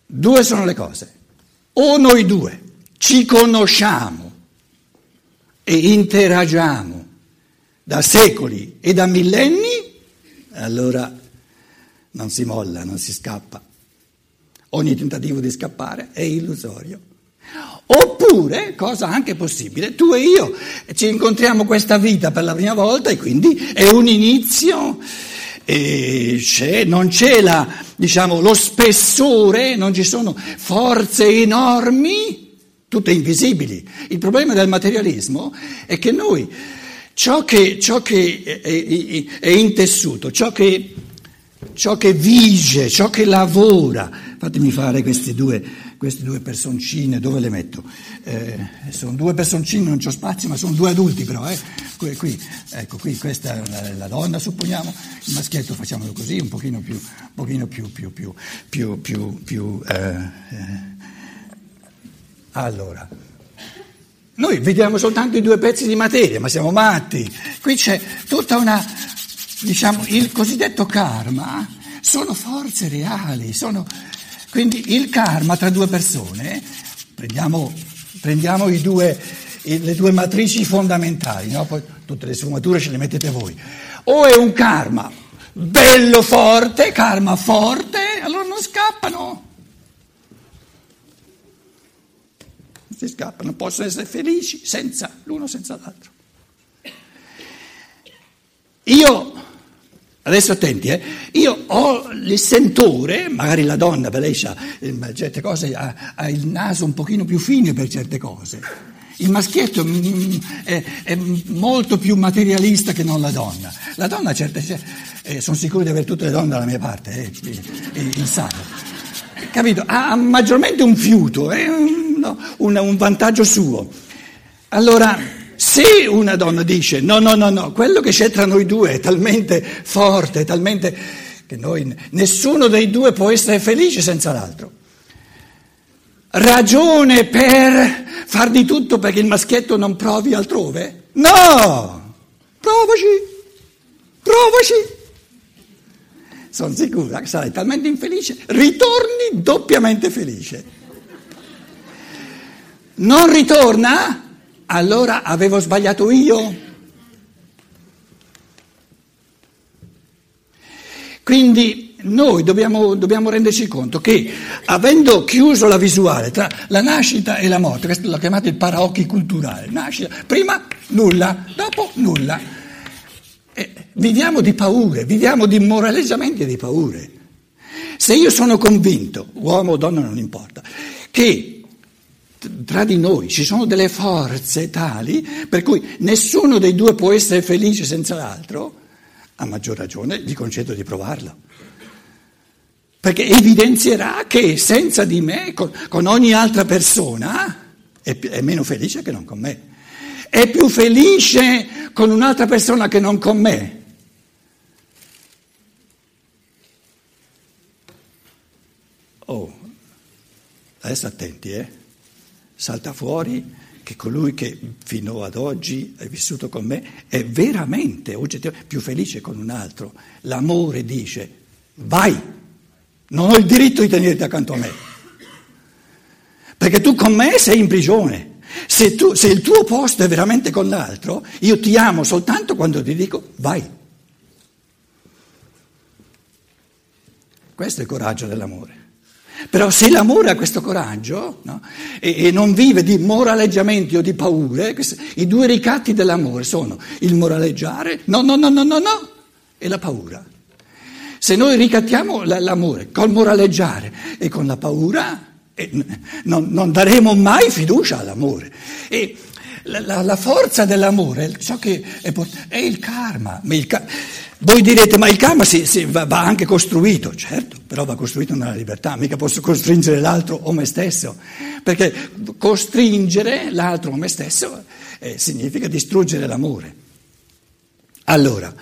Due sono le cose. O noi due ci conosciamo e interagiamo da secoli e da millenni, allora non si molla, non si scappa. Ogni tentativo di scappare è illusorio. Oppure, cosa anche possibile, tu e io ci incontriamo questa vita per la prima volta e quindi è un inizio, e non c'è lo spessore, non ci sono forze enormi, tutte invisibili. Il problema del materialismo è che noi, ciò che è intessuto, ciò che vige, ciò che lavora, fatemi fare queste due personcine, dove le metto? Sono due personcine, non c'ho spazio, ma sono due adulti però, qui, ecco, qui questa è la donna, supponiamo, il maschietto facciamolo così, un pochino più allora, noi vediamo soltanto i due pezzi di materia, ma siamo matti, qui c'è tutta il cosiddetto karma, sono forze reali, quindi il karma tra due persone, prendiamo le due matrici fondamentali, no? Poi tutte le sfumature ce le mettete voi. O è un karma bello forte, karma forte, allora non scappano. Non si scappano, possono essere felici l'uno senza l'altro. Adesso attenti, io ho il sentore, magari la donna, per lei certe cose ha il naso un pochino più fine per certe cose. Il maschietto è molto più materialista che non la donna. La donna, sono sicuro di avere tutte le donne dalla mia parte, il sano. Capito? Ha maggiormente un fiuto, un vantaggio suo. Allora, se una donna dice no, quello che c'è tra noi due è talmente forte, talmente che nessuno dei due può essere felice senza l'altro. Ragione per far di tutto perché il maschietto non provi altrove? No! Provaci! Sono sicura che sarai talmente infelice, ritorni doppiamente felice. Non ritorna? Allora avevo sbagliato io? Quindi noi dobbiamo renderci conto che, avendo chiuso la visuale tra la nascita e la morte, questo l'ho chiamato il paraocchi culturale, nascita, prima nulla, dopo nulla, viviamo di paure, viviamo di moraleggiamenti e di paure. Se io sono convinto, uomo o donna non importa, che tra di noi ci sono delle forze tali per cui nessuno dei due può essere felice senza l'altro, a maggior ragione vi concedo di provarlo. Perché evidenzierà che senza di me, con ogni altra persona, è meno felice che non con me. È più felice con un'altra persona che non con me. Adesso attenti, salta fuori che colui che fino ad oggi è vissuto con me è veramente, oggettivamente, più felice con un altro. L'amore dice, vai, non ho il diritto di tenerti accanto a me, perché tu con me sei in prigione. Se il tuo posto è veramente con l'altro, io ti amo soltanto quando ti dico, vai. Questo è il coraggio dell'amore. Però se l'amore ha questo coraggio, no? e non vive di moraleggiamenti o di paure, i due ricatti dell'amore sono il moraleggiare, no, e la paura. Se noi ricattiamo l'amore col moraleggiare e con la paura, non daremo mai fiducia all'amore. E la forza dell'amore, ciò che è il karma. Voi direte, ma il karma va anche costruito, certo, però va costruito nella libertà, mica posso costringere l'altro o me stesso, perché costringere l'altro o me stesso significa distruggere l'amore. Allora,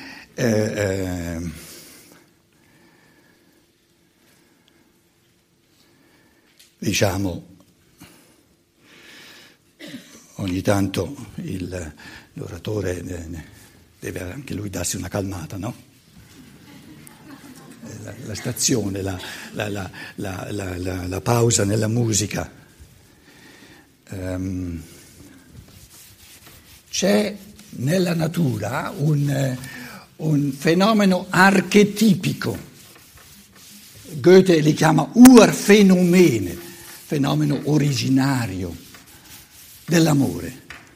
diciamo, ogni tanto l'oratore deve anche lui darsi una calmata, no? la stazione, la pausa nella musica. C'è nella natura un fenomeno archetipico. Goethe li chiama Urphänomene, fenomeno originario dell'amore.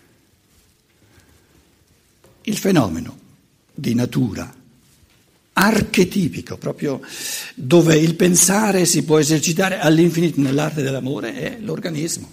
Il fenomeno di natura archetipico, proprio dove il pensare si può esercitare all'infinito nell'arte dell'amore, è l'organismo.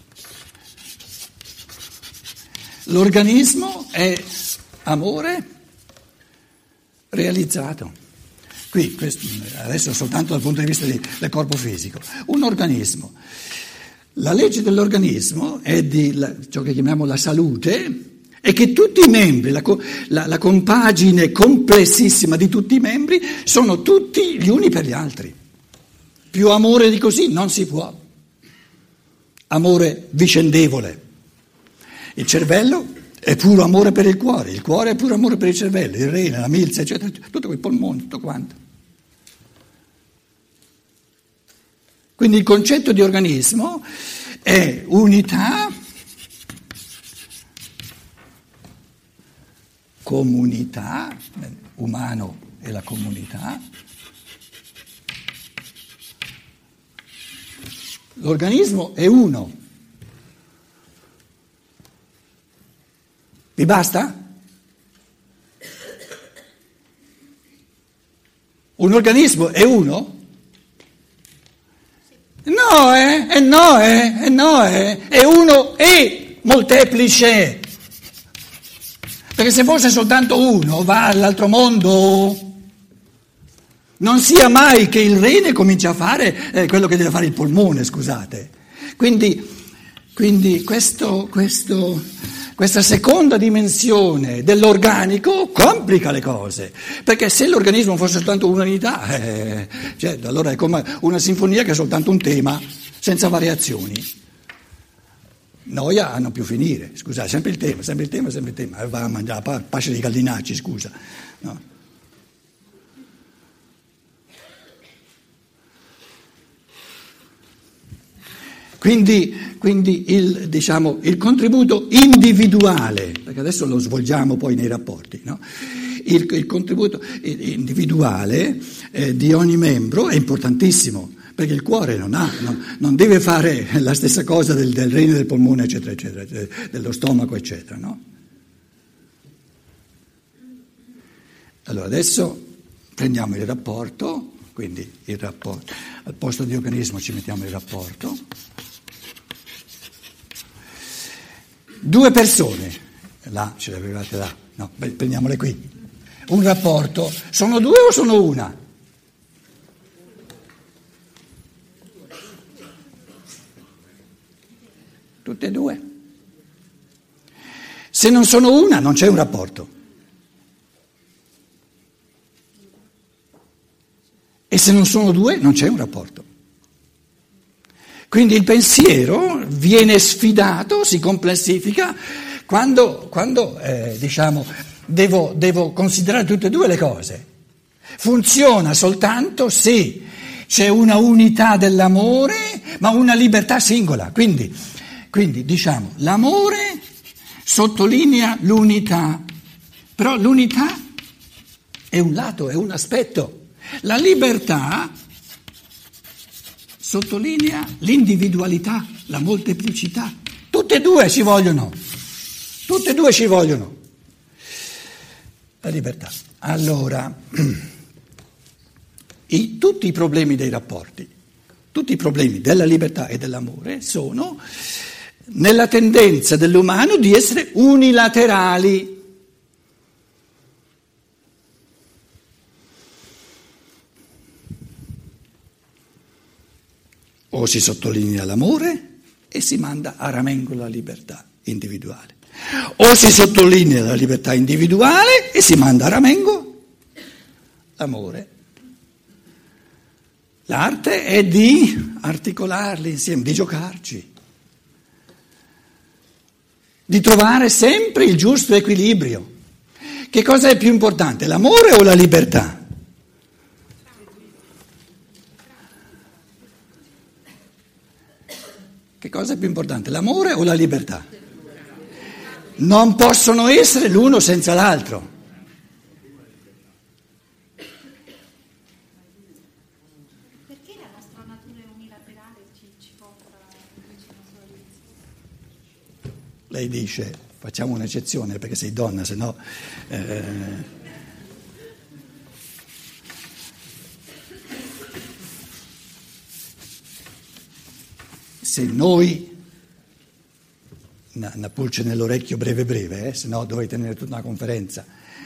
L'organismo è amore realizzato. Qui, adesso soltanto dal punto di vista del corpo fisico. Un organismo. La legge dell'organismo è di ciò che chiamiamo la salute, è che tutti i membri, la compagine complessissima di tutti i membri, sono tutti gli uni per gli altri. Più amore di così non si può. Amore vicendevole. Il cervello è puro amore per il cuore è puro amore per il cervello, il rene, la milza, eccetera, tutto quei polmoni, tutto quanto. Quindi il concetto di organismo è unità, comunità, umano e la comunità. L'organismo è uno. Vi basta? Un organismo è uno? No, è uno e molteplice. Perché se fosse soltanto uno, va all'altro mondo. Non sia mai che il rene comincia a fare quello che deve fare il polmone, scusate. Quindi questa seconda dimensione dell'organico complica le cose, perché se l'organismo fosse soltanto un'unità, allora è come una sinfonia che ha soltanto un tema, senza variazioni. Noia a non più finire, scusa, sempre il tema, va a mangiare pasce di gallinacci, scusa. No. Quindi il contributo individuale, perché adesso lo svolgiamo poi nei rapporti, no? Il contributo individuale di ogni membro è importantissimo, perché il cuore non deve fare la stessa cosa del rene, del polmone, eccetera, eccetera, dello stomaco, eccetera, no? Allora adesso prendiamo il rapporto, quindi il rapporto, al posto di organismo ci mettiamo il rapporto. Due persone, là, ce le avevate là, no, prendiamole qui. Un rapporto, sono due o sono una? Tutte e due. Se non sono una, non c'è un rapporto. E se non sono due, non c'è un rapporto. Quindi il pensiero viene sfidato, si complessifica, quando devo considerare tutte e due le cose. Funziona soltanto se c'è una unità dell'amore, ma una libertà singola. Quindi l'amore sottolinea l'unità, però l'unità è un lato, è un aspetto. La libertà sottolinea l'individualità, la molteplicità. Tutte e due ci vogliono. La libertà. Allora, tutti i problemi dei rapporti, tutti i problemi della libertà e dell'amore sono nella tendenza dell'umano di essere unilaterali. O si sottolinea l'amore e si manda a ramengo la libertà individuale. O si sottolinea la libertà individuale e si manda a ramengo l'amore. L'arte è di articolarli insieme, di giocarci, di trovare sempre il giusto equilibrio. Che cosa è più importante, l'amore o la libertà? Che cosa è più importante, l'amore o la libertà? Non possono essere l'uno senza l'altro. Perché la nostra natura è unilaterale ci porta invece a una sola direzione? Lei dice, facciamo un'eccezione perché sei donna, se no... Se noi, una pulce nell'orecchio breve, se no dovrei tenere tutta una conferenza.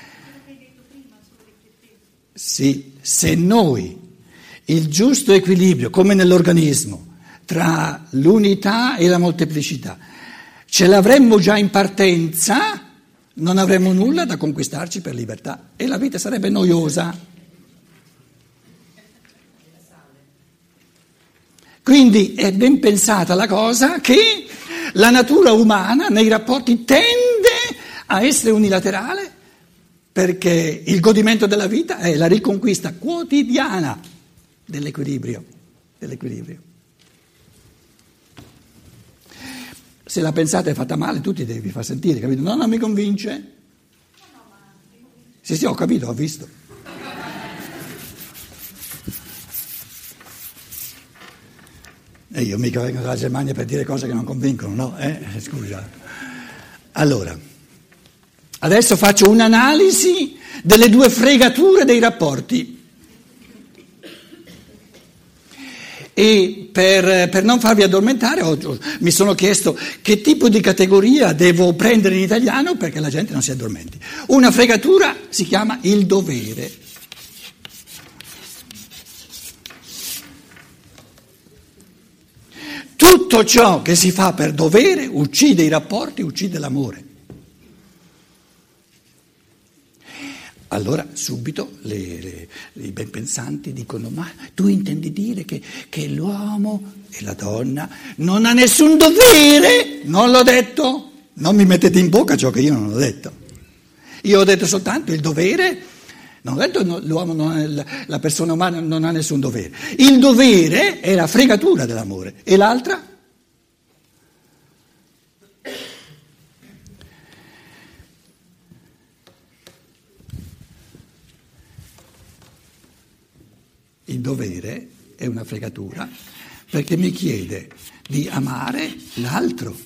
Sì, se noi il giusto equilibrio, come nell'organismo, tra l'unità e la molteplicità, ce l'avremmo già in partenza, non avremmo nulla da conquistarci per libertà e la vita sarebbe noiosa. Quindi è ben pensata la cosa che la natura umana nei rapporti tende a essere unilaterale perché il godimento della vita è la riconquista quotidiana dell'equilibrio. Se la pensata è fatta male, tu ti devi far sentire, capito? No, non mi convince. Sì, ho capito, ho visto. E io mica vengo dalla Germania per dire cose che non convincono, no? Scusa. Allora, adesso faccio un'analisi delle due fregature dei rapporti. E per non farvi addormentare mi sono chiesto che tipo di categoria devo prendere in italiano perché la gente non si addormenti. Una fregatura si chiama il dovere. Tutto ciò che si fa per dovere uccide i rapporti, uccide l'amore. Allora subito i ben pensanti dicono: ma tu intendi dire che l'uomo e la donna non ha nessun dovere? Non l'ho detto, non mi mettete in bocca ciò che io non ho detto. Io ho detto soltanto il dovere, non ho detto l'uomo la persona umana non ha nessun dovere. Il dovere è la fregatura dell'amore e l'altra? Il dovere è una fregatura perché mi chiede di amare l'altro.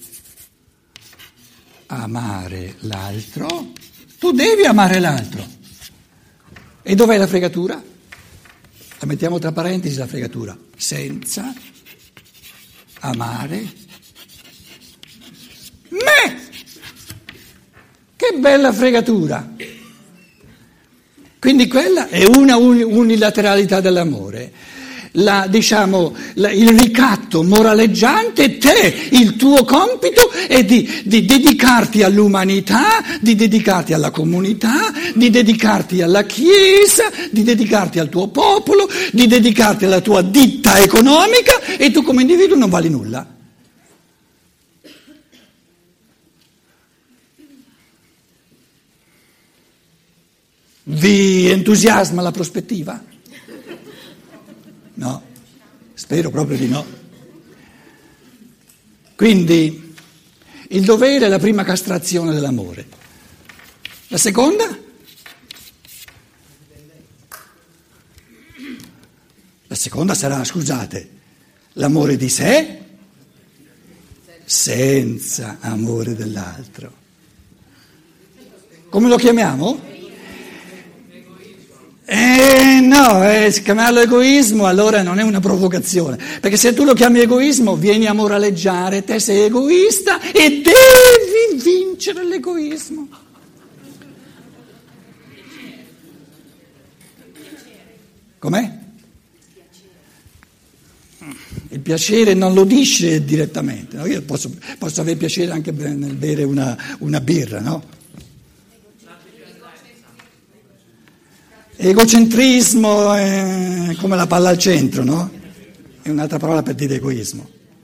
Amare l'altro, tu devi amare l'altro. E dov'è la fregatura? La mettiamo tra parentesi la fregatura. Senza amare me. Che bella fregatura. Quindi quella è una unilateralità dell'amore. Il ricatto moraleggiante, il tuo compito è di dedicarti all'umanità, di dedicarti alla comunità, di dedicarti alla Chiesa, di dedicarti al tuo popolo, di dedicarti alla tua ditta economica e tu come individuo non vali nulla. Vi entusiasma la prospettiva? No, spero proprio di no. Quindi il dovere è la prima castrazione dell'amore. La seconda? La seconda sarà, scusate, l'amore di sé senza amore dell'altro. Come lo chiamiamo? Chiamarlo egoismo allora non è una provocazione, perché se tu lo chiami egoismo vieni a moraleggiare, te sei egoista e devi vincere l'egoismo. Com'è? Il piacere non lo dice direttamente, no? Io posso avere piacere anche nel bere una birra, no? Egocentrismo è come la palla al centro, no? È un'altra parola per dire egoismo.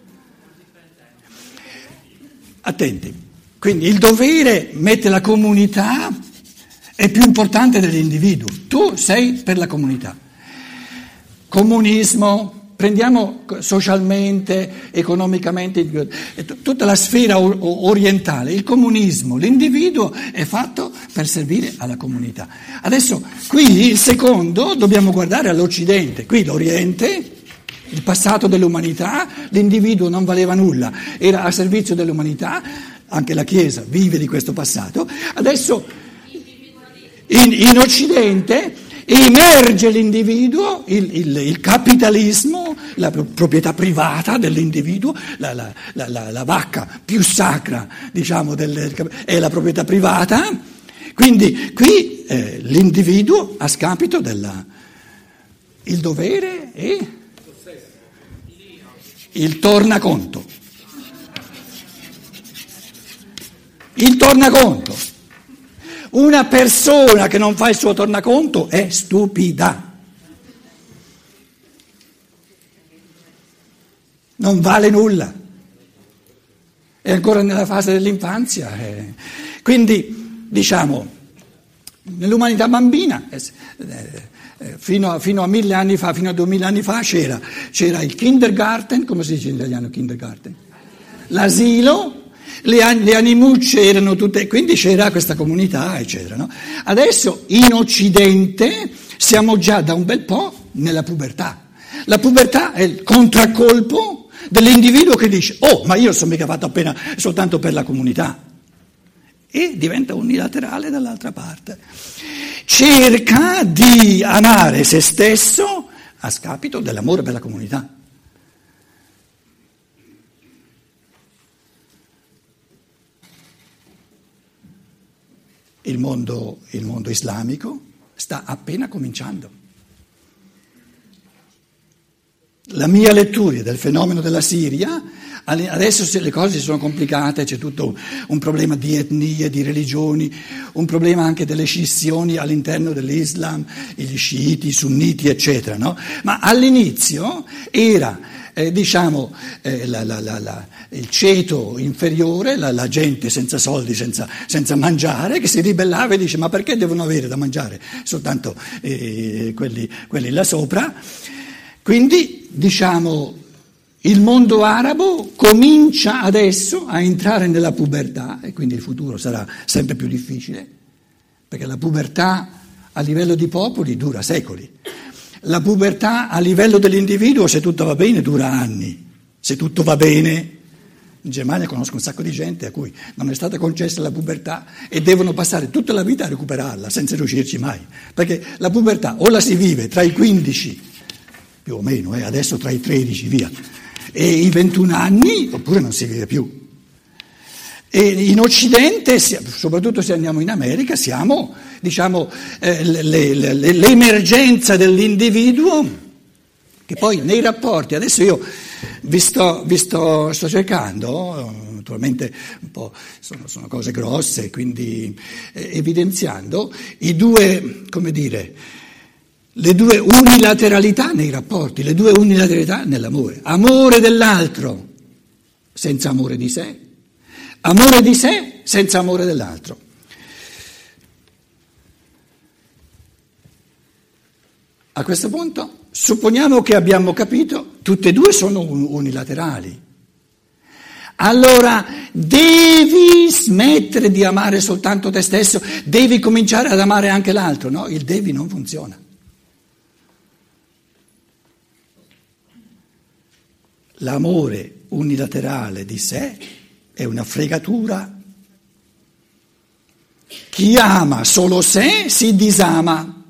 Attenti, quindi il dovere mette la comunità, è più importante dell'individuo. Tu sei per la comunità. Comunismo, prendiamo socialmente, economicamente, tutta la sfera orientale, il comunismo, l'individuo è fatto per servire alla comunità. Adesso qui il secondo dobbiamo guardare all'Occidente, qui l'Oriente, il passato dell'umanità, l'individuo non valeva nulla, era a servizio dell'umanità, anche la Chiesa vive di questo passato, adesso in Occidente emerge l'individuo, il capitalismo, la proprietà privata dell'individuo, la vacca più sacra, diciamo, è la proprietà privata, quindi qui l'individuo a scapito il dovere e il tornaconto. Il tornaconto. Una persona che non fa il suo tornaconto è stupida. Non vale nulla. È ancora nella fase dell'infanzia. Quindi, diciamo, nell'umanità bambina, fino a 1000 anni fa, fino a 2000 anni fa, c'era il kindergarten, come si dice in italiano kindergarten? L'asilo. Le animucce erano tutte, quindi c'era questa comunità, eccetera. No? Adesso in Occidente siamo già da un bel po' nella pubertà. La pubertà è il contraccolpo dell'individuo che dice: oh, ma io sono mica fatto appena soltanto per la comunità. E diventa unilaterale dall'altra parte. Cerca di amare se stesso a scapito dell'amore per la comunità. Il mondo islamico sta appena cominciando. La mia lettura del fenomeno della Siria, adesso le cose sono complicate, c'è tutto un problema di etnie, di religioni, un problema anche delle scissioni all'interno dell'Islam, gli sciiti, i sunniti, eccetera, no? Ma all'inizio era il ceto inferiore, la gente senza soldi, senza mangiare, che si ribellava e dice: ma perché devono avere da mangiare soltanto quelli là sopra? Quindi, diciamo, il mondo arabo comincia adesso a entrare nella pubertà, e quindi il futuro sarà sempre più difficile, perché la pubertà a livello di popoli dura secoli. La pubertà a livello dell'individuo, se tutto va bene, dura anni. Se tutto va bene, in Germania conosco un sacco di gente a cui non è stata concessa la pubertà e devono passare tutta la vita a recuperarla senza riuscirci mai. Perché la pubertà o la si vive tra i 15, più o meno, adesso tra i 13, via, e i 21 anni, oppure non si vive più. E in Occidente, soprattutto se andiamo in America, siamo, diciamo, l'emergenza dell'individuo, che poi nei rapporti, adesso io sto cercando, naturalmente un po' sono cose grosse, quindi evidenziando le due unilateralità nei rapporti, le due unilateralità nell'amore. Amore dell'altro senza amore di sé. Amore di sé senza amore dell'altro. A questo punto supponiamo che abbiamo capito, tutte e due sono unilaterali. Allora devi smettere di amare soltanto te stesso, devi cominciare ad amare anche l'altro. No, il devi non funziona. L'amore unilaterale di sé è una fregatura. Chi ama solo sé si disama.